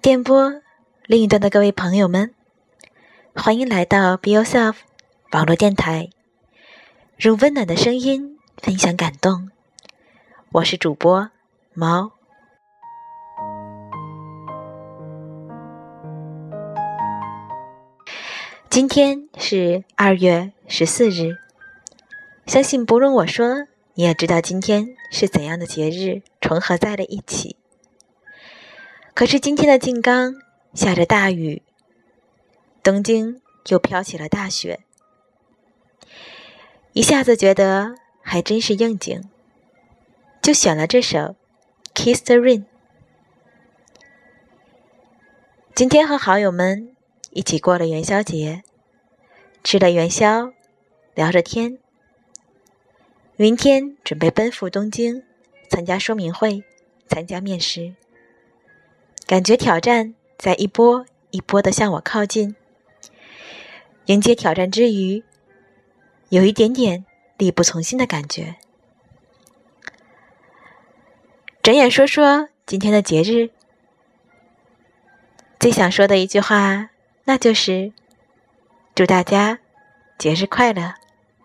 电波另一端的各位朋友们，欢迎来到 Be Yourself 网络电台，用温暖的声音分享感动。我是主播毛。今天是2月14日，相信不用我说，你也知道今天是怎样的节日重合在了一起。可是今天的静冈下着大雨，东京又飘起了大雪，一下子觉得还真是应景，就选了这首 Kiss the Rain。 今天和好友们一起过了元宵节，吃了元宵，聊着天。明天准备奔赴东京参加说明会，参加面试，感觉挑战在一波一波地向我靠近。迎接挑战之余，有一点点力不从心的感觉。转眼说说今天的节日，最想说的一句话，那就是祝大家节日快乐。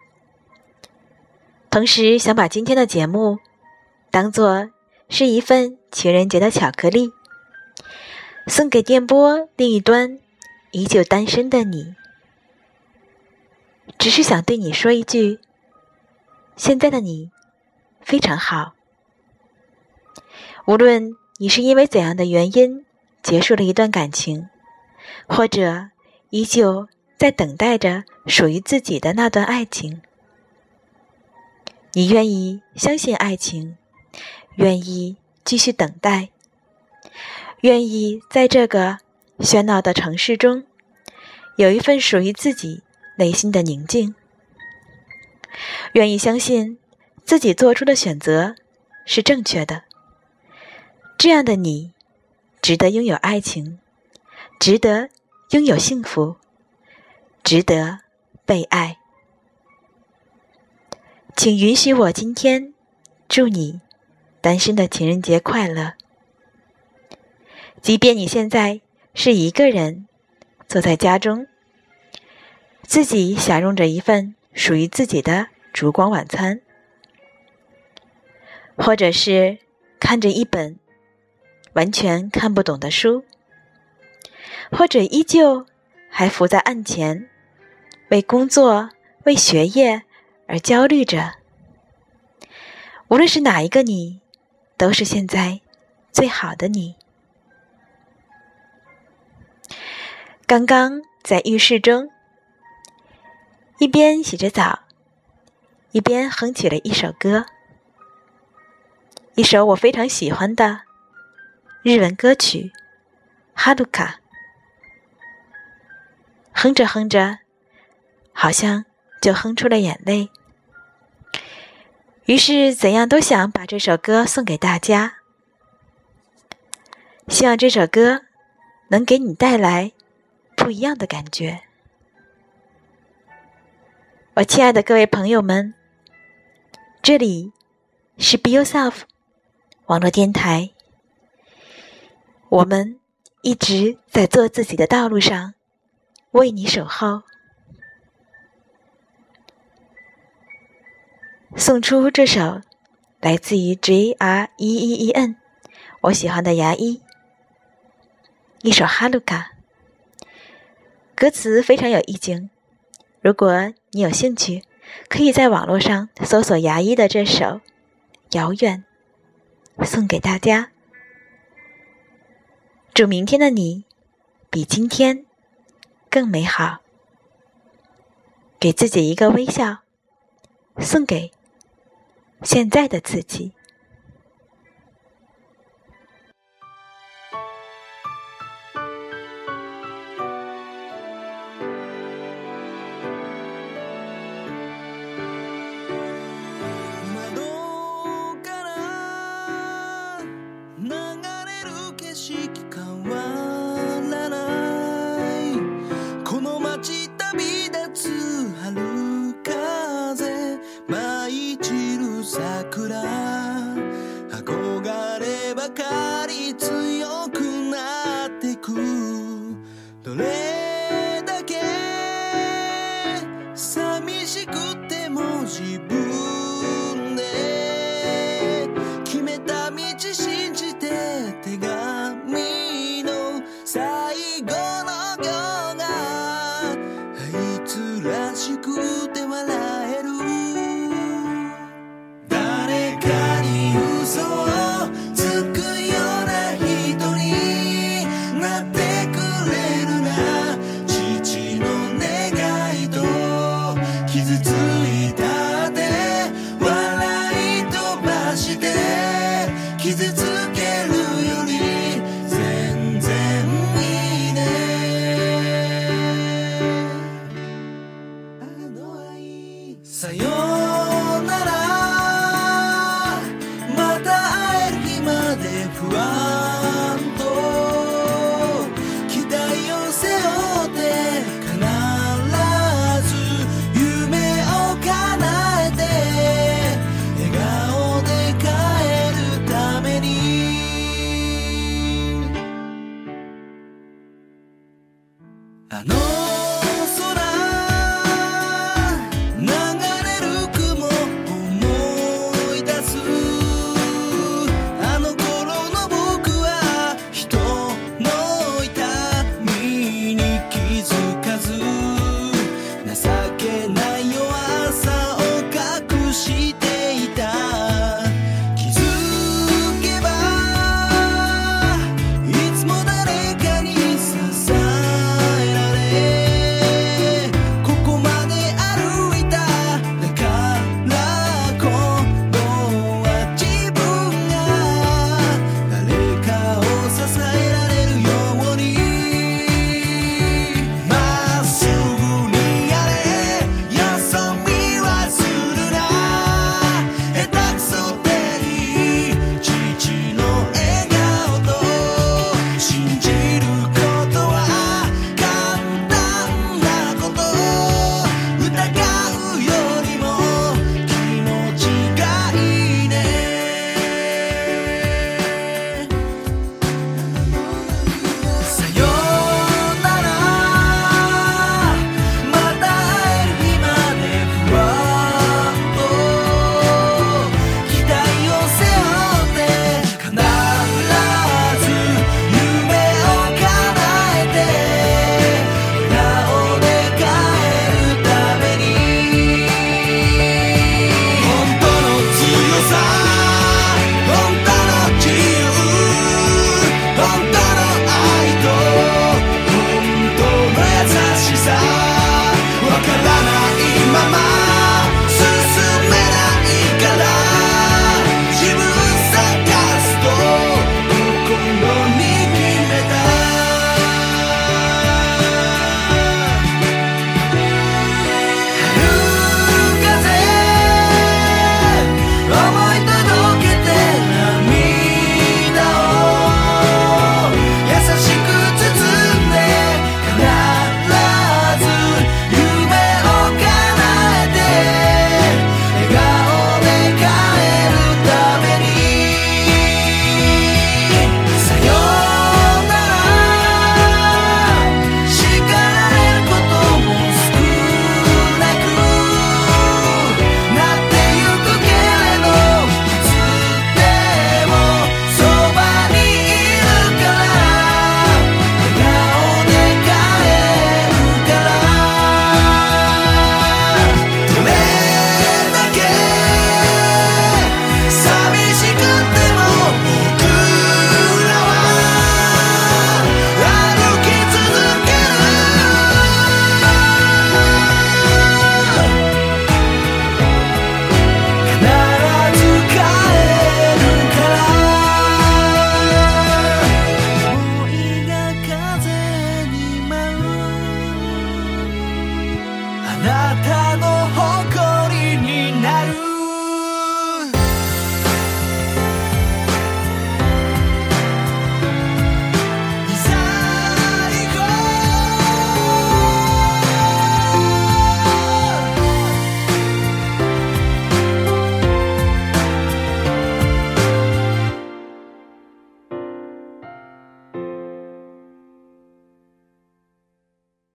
同时想把今天的节目当作是一份情人节的巧克力，送给电波另一端依旧单身的你。只是想对你说一句，现在的你非常好。无论你是因为怎样的原因结束了一段感情，或者依旧在等待着属于自己的那段爱情，你愿意相信爱情，愿意继续等待，愿意在这个喧闹的城市中有一份属于自己内心的宁静，愿意相信自己做出的选择是正确的。这样的你值得拥有爱情，值得拥有幸福，值得被爱。请允许我今天祝你单身的情人节快乐。即便你现在是一个人坐在家中，自己享用着一份属于自己的烛光晚餐，或者是看着一本完全看不懂的书，或者依旧还伏在案前，为工作为学业而焦虑着。无论是哪一个你，都是现在最好的你。刚刚在浴室中一边洗着澡，一边哼起了一首歌，一首我非常喜欢的日文歌曲哈鲁卡。哼着哼着，好像就哼出了眼泪。于是怎样都想把这首歌送给大家，希望这首歌能给你带来不一样的感觉。我亲爱的各位朋友们，这里是 Be Yourself 网络电台，我们一直在做自己的道路上为你守候。送出这首来自于 JREEEN 我喜欢的牙医，一首哈鲁卡，歌词非常有意境。如果你有兴趣，可以在网络上搜索牙医的这首遥远，送给大家。祝明天的你比今天更美好。给自己一个微笑，送给现在的自己。 憧ればかり強くなって哭。